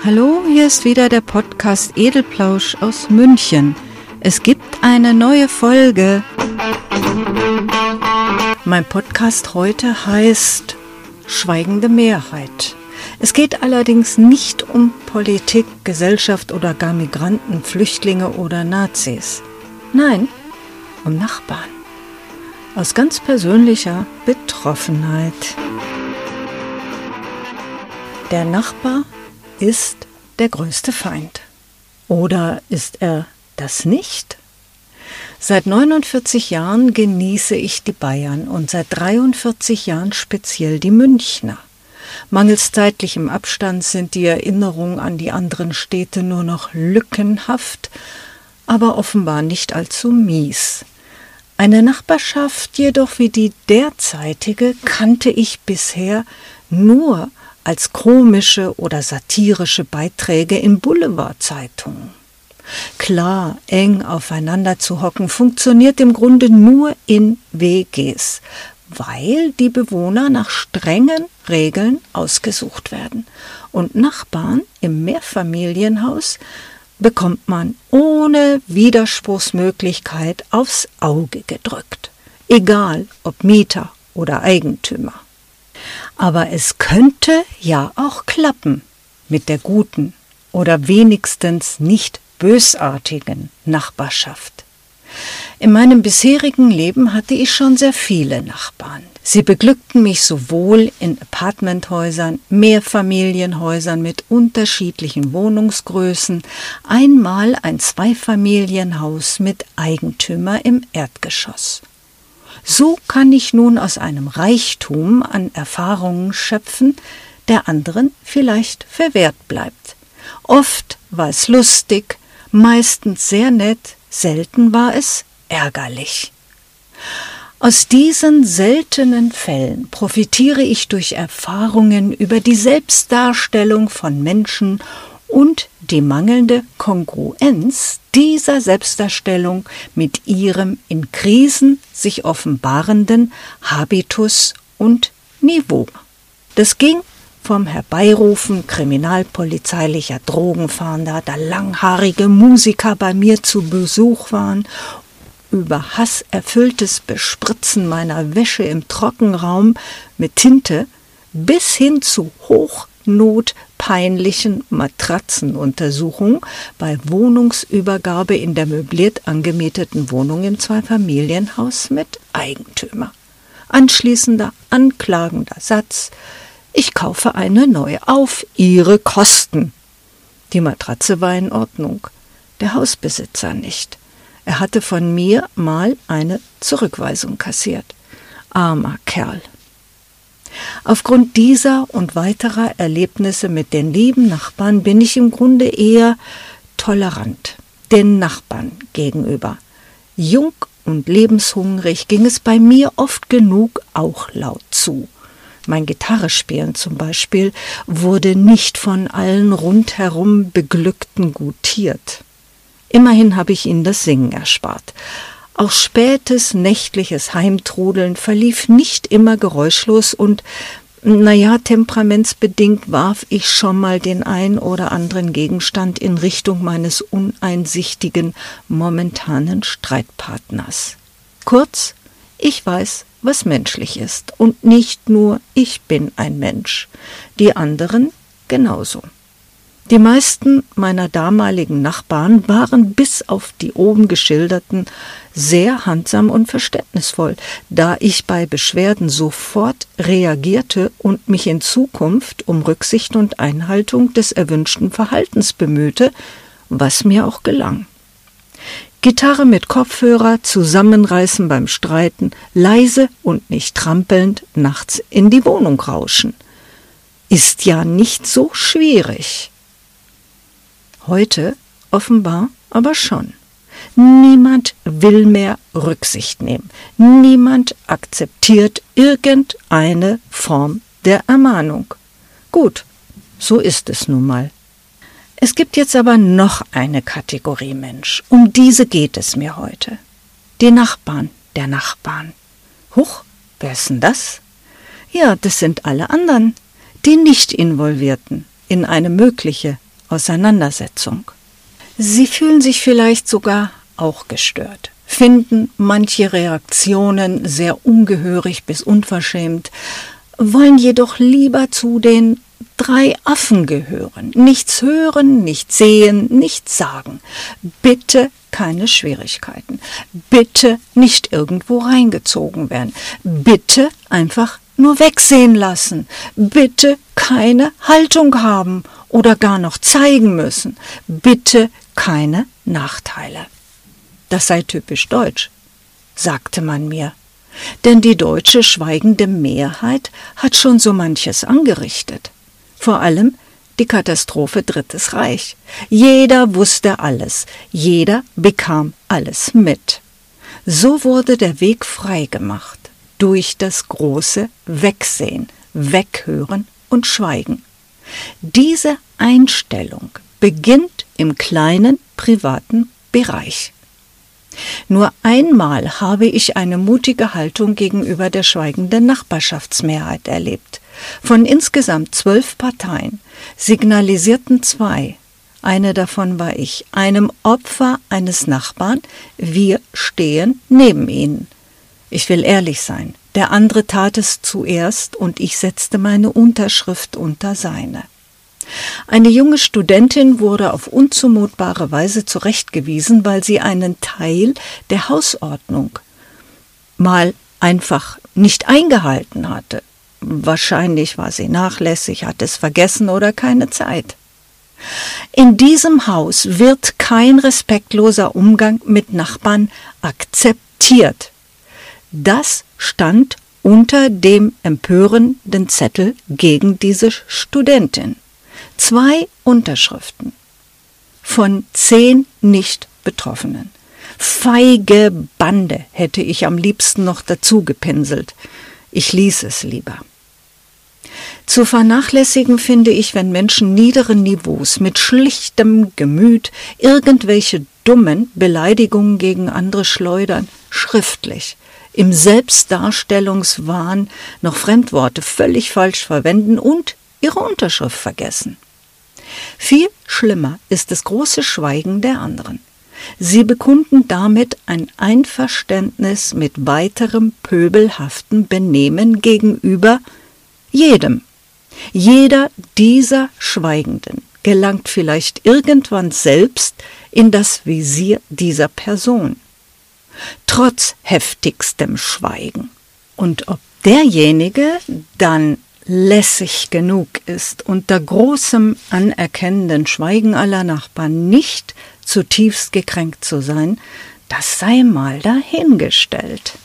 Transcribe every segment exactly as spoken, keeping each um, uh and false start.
Hallo, hier ist wieder der Podcast Edelplausch aus München. Es gibt eine neue Folge. Mein Podcast heute heißt Schweigende Mehrheit. Es geht allerdings nicht um Politik, Gesellschaft oder gar Migranten, Flüchtlinge oder Nazis. Nein, um Nachbarn. Aus ganz persönlicher Betroffenheit. Der Nachbar ist der größte Feind. Oder ist er das nicht? Seit neunundvierzig Jahren genieße ich die Bayern und seit dreiundvierzig Jahren speziell die Münchner. Mangels zeitlichem Abstand sind die Erinnerungen an die anderen Städte nur noch lückenhaft, aber offenbar nicht allzu mies. Eine Nachbarschaft jedoch wie die derzeitige kannte ich bisher nur als komische oder satirische Beiträge in Boulevardzeitungen. Klar, eng aufeinander zu hocken funktioniert im Grunde nur in W Gs, weil die Bewohner nach strengen Regeln ausgesucht werden. Und Nachbarn im Mehrfamilienhaus bekommt man ohne Widerspruchsmöglichkeit aufs Auge gedrückt. Egal ob Mieter oder Eigentümer. Aber es könnte ja auch klappen mit der guten oder wenigstens nicht bösartigen Nachbarschaft. In meinem bisherigen Leben hatte ich schon sehr viele Nachbarn. Sie beglückten mich sowohl in Apartmenthäusern, Mehrfamilienhäusern mit unterschiedlichen Wohnungsgrößen, einmal ein Zweifamilienhaus mit Eigentümer im Erdgeschoss. So kann ich nun aus einem Reichtum an Erfahrungen schöpfen, der anderen vielleicht verwehrt bleibt. Oft war es lustig, meistens sehr nett, selten war es ärgerlich. Aus diesen seltenen Fällen profitiere ich durch Erfahrungen über die Selbstdarstellung von Menschen und die mangelnde Kongruenz dieser Selbstdarstellung mit ihrem in Krisen sich offenbarenden Habitus und Niveau. Das ging vom Herbeirufen kriminalpolizeilicher Drogenfahnder, da langhaarige Musiker bei mir zu Besuch waren, über hasserfülltes Bespritzen meiner Wäsche im Trockenraum mit Tinte bis hin zu hochnotpeinlichen Matratzenuntersuchungen bei Wohnungsübergabe in der möbliert angemieteten Wohnung im Zweifamilienhaus mit Eigentümer. Anschließender anklagender Satz: Ich kaufe eine neue auf Ihre Kosten. Die Matratze war in Ordnung, der Hausbesitzer nicht. Er hatte von mir mal eine Zurückweisung kassiert. Armer Kerl. Aufgrund dieser und weiterer Erlebnisse mit den lieben Nachbarn bin ich im Grunde eher tolerant den Nachbarn gegenüber. Jung und lebenshungrig ging es bei mir oft genug auch laut zu. Mein Gitarrespielen zum Beispiel wurde nicht von allen rundherum Beglückten gutiert. Immerhin habe ich ihnen das Singen erspart. Auch spätes nächtliches Heimtrudeln verlief nicht immer geräuschlos und, naja, temperamentsbedingt warf ich schon mal den ein oder anderen Gegenstand in Richtung meines uneinsichtigen, momentanen Streitpartners. Kurz, ich weiß, was menschlich ist. Und nicht nur ich bin ein Mensch, die anderen genauso. Die meisten meiner damaligen Nachbarn waren bis auf die oben geschilderten sehr handsam und verständnisvoll, da ich bei Beschwerden sofort reagierte und mich in Zukunft um Rücksicht und Einhaltung des erwünschten Verhaltens bemühte, was mir auch gelang. Gitarre mit Kopfhörer, zusammenreißen beim Streiten, leise und nicht trampelnd nachts in die Wohnung rauschen. Ist ja nicht so schwierig. Heute offenbar aber schon. Niemand will mehr Rücksicht nehmen. Niemand akzeptiert irgendeine Form der Ermahnung. Gut, so ist es nun mal. Es gibt jetzt aber noch eine Kategorie Mensch. Um diese geht es mir heute. Die Nachbarn der Nachbarn. Huch, wer ist denn das? Ja, das sind alle anderen, die nicht Involvierten in eine mögliche Auseinandersetzung. Sie fühlen sich vielleicht sogar auch gestört, finden manche Reaktionen sehr ungehörig bis unverschämt, wollen jedoch lieber zu den drei Affen gehören. Nichts hören, nichts sehen, nichts sagen. Bitte keine Schwierigkeiten. Bitte nicht irgendwo reingezogen werden. Bitte einfach nur wegsehen lassen. Bitte keine Haltung haben oder gar noch zeigen müssen. Bitte keine Nachteile. Das sei typisch deutsch, sagte man mir. Denn die deutsche schweigende Mehrheit hat schon so manches angerichtet. Vor allem die Katastrophe Drittes Reich. Jeder wusste alles, jeder bekam alles mit. So wurde der Weg freigemacht durch das große Wegsehen, Weghören und Schweigen. Diese Einstellung beginnt im kleinen privaten Bereich. Nur einmal habe ich eine mutige Haltung gegenüber der schweigenden Nachbarschaftsmehrheit erlebt. Von insgesamt zwölf Parteien signalisierten zwei, eine davon war ich, einem Opfer eines Nachbarn, wir stehen neben ihnen. Ich will ehrlich sein, der andere tat es zuerst und ich setzte meine Unterschrift unter seine. Eine junge Studentin wurde auf unzumutbare Weise zurechtgewiesen, weil sie einen Teil der Hausordnung mal einfach nicht eingehalten hatte. Wahrscheinlich war sie nachlässig, hat es vergessen oder keine Zeit. In diesem Haus wird kein respektloser Umgang mit Nachbarn akzeptiert. Das stand unter dem empörenden Zettel gegen diese Studentin. Zwei Unterschriften von zehn Nicht-Betroffenen. Feige Bande hätte ich am liebsten noch dazu gepinselt. Ich ließ es lieber. Zu vernachlässigen finde ich, wenn Menschen niederen Niveaus mit schlichtem Gemüt irgendwelche dummen Beleidigungen gegen andere schleudern, schriftlich, im Selbstdarstellungswahn noch Fremdworte völlig falsch verwenden und ihre Unterschrift vergessen. Viel schlimmer ist das große Schweigen der anderen. Sie bekunden damit ein Einverständnis mit weiterem pöbelhaften Benehmen gegenüber jedem. Jeder dieser Schweigenden gelangt vielleicht irgendwann selbst in das Visier dieser Person. Trotz heftigstem Schweigen. Und ob derjenige dann lässig genug ist, unter großem anerkennenden Schweigen aller Nachbarn nicht zutiefst gekränkt zu sein, das sei mal dahingestellt.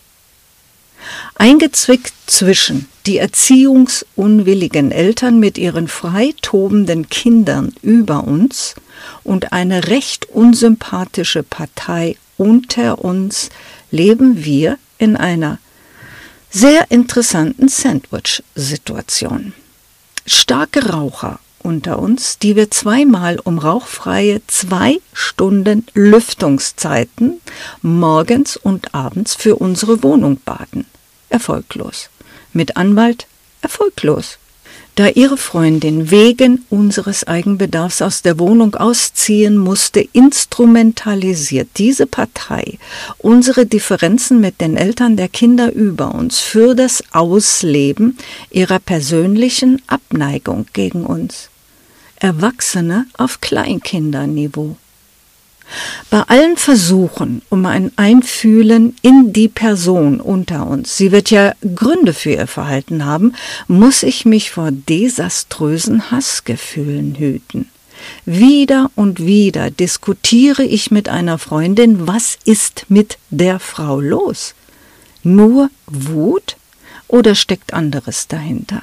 Eingezwickt zwischen die erziehungsunwilligen Eltern mit ihren frei tobenden Kindern über uns und eine recht unsympathische Partei unter uns leben wir in einer sehr interessanten Sandwich-Situation. Starke Raucher unter uns, die wir zweimal um rauchfreie zwei Stunden Lüftungszeiten morgens und abends für unsere Wohnung baten. Erfolglos. Mit Anwalt erfolglos. Da ihre Freundin wegen unseres Eigenbedarfs aus der Wohnung ausziehen musste, instrumentalisiert diese Partei unsere Differenzen mit den Eltern der Kinder über uns für das Ausleben ihrer persönlichen Abneigung gegen uns. Erwachsene auf Kleinkinderniveau. Bei allen Versuchen um ein Einfühlen in die Person unter uns, sie wird ja Gründe für ihr Verhalten haben, muss ich mich vor desaströsen Hassgefühlen hüten. Wieder und wieder diskutiere ich mit einer Freundin, was ist mit der Frau los? Nur Wut oder steckt anderes dahinter?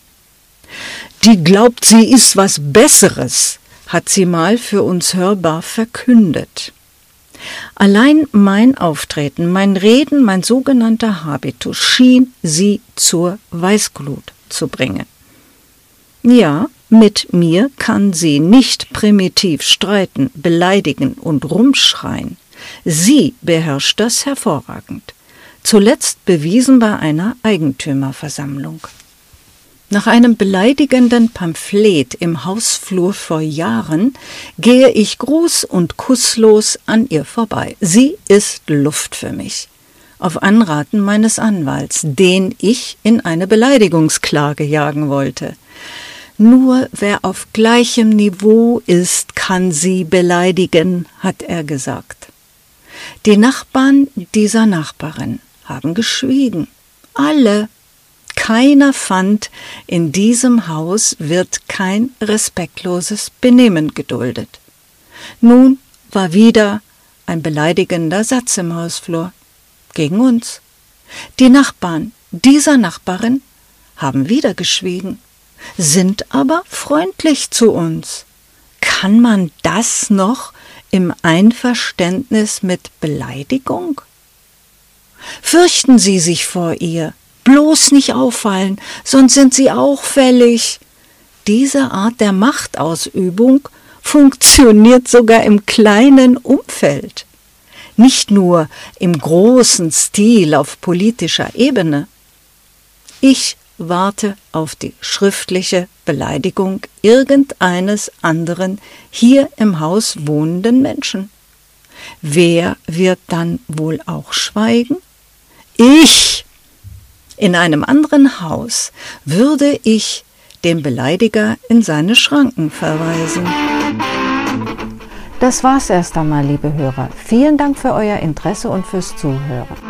Die glaubt, sie ist was Besseres, hat sie mal für uns hörbar verkündet. Allein mein Auftreten, mein Reden, mein sogenannter Habitus schien sie zur Weißglut zu bringen. Ja, mit mir kann sie nicht primitiv streiten, beleidigen und rumschreien. Sie beherrscht das hervorragend. Zuletzt bewiesen bei einer Eigentümerversammlung. Nach einem beleidigenden Pamphlet im Hausflur vor Jahren gehe ich gruß- und kusslos an ihr vorbei. Sie ist Luft für mich. Auf Anraten meines Anwalts, den ich in eine Beleidigungsklage jagen wollte. Nur wer auf gleichem Niveau ist, kann sie beleidigen, hat er gesagt. Die Nachbarn dieser Nachbarin haben geschwiegen. Alle. Keiner fand, in diesem Haus wird kein respektloses Benehmen geduldet. Nun war wieder ein beleidigender Satz im Hausflur. Gegen uns. Die Nachbarn dieser Nachbarin haben wieder geschwiegen, sind aber freundlich zu uns. Kann man das noch im Einverständnis mit Beleidigung? Fürchten Sie sich vor ihr, bloß nicht auffallen, sonst sind Sie auch fällig. Diese Art der Machtausübung funktioniert sogar im kleinen Umfeld. Nicht nur im großen Stil auf politischer Ebene. Ich warte auf die schriftliche Beleidigung irgendeines anderen hier im Haus wohnenden Menschen. Wer wird dann wohl auch schweigen? Ich! In einem anderen Haus würde ich den Beleidiger in seine Schranken verweisen. Das war's erst einmal, liebe Hörer. Vielen Dank für euer Interesse und fürs Zuhören.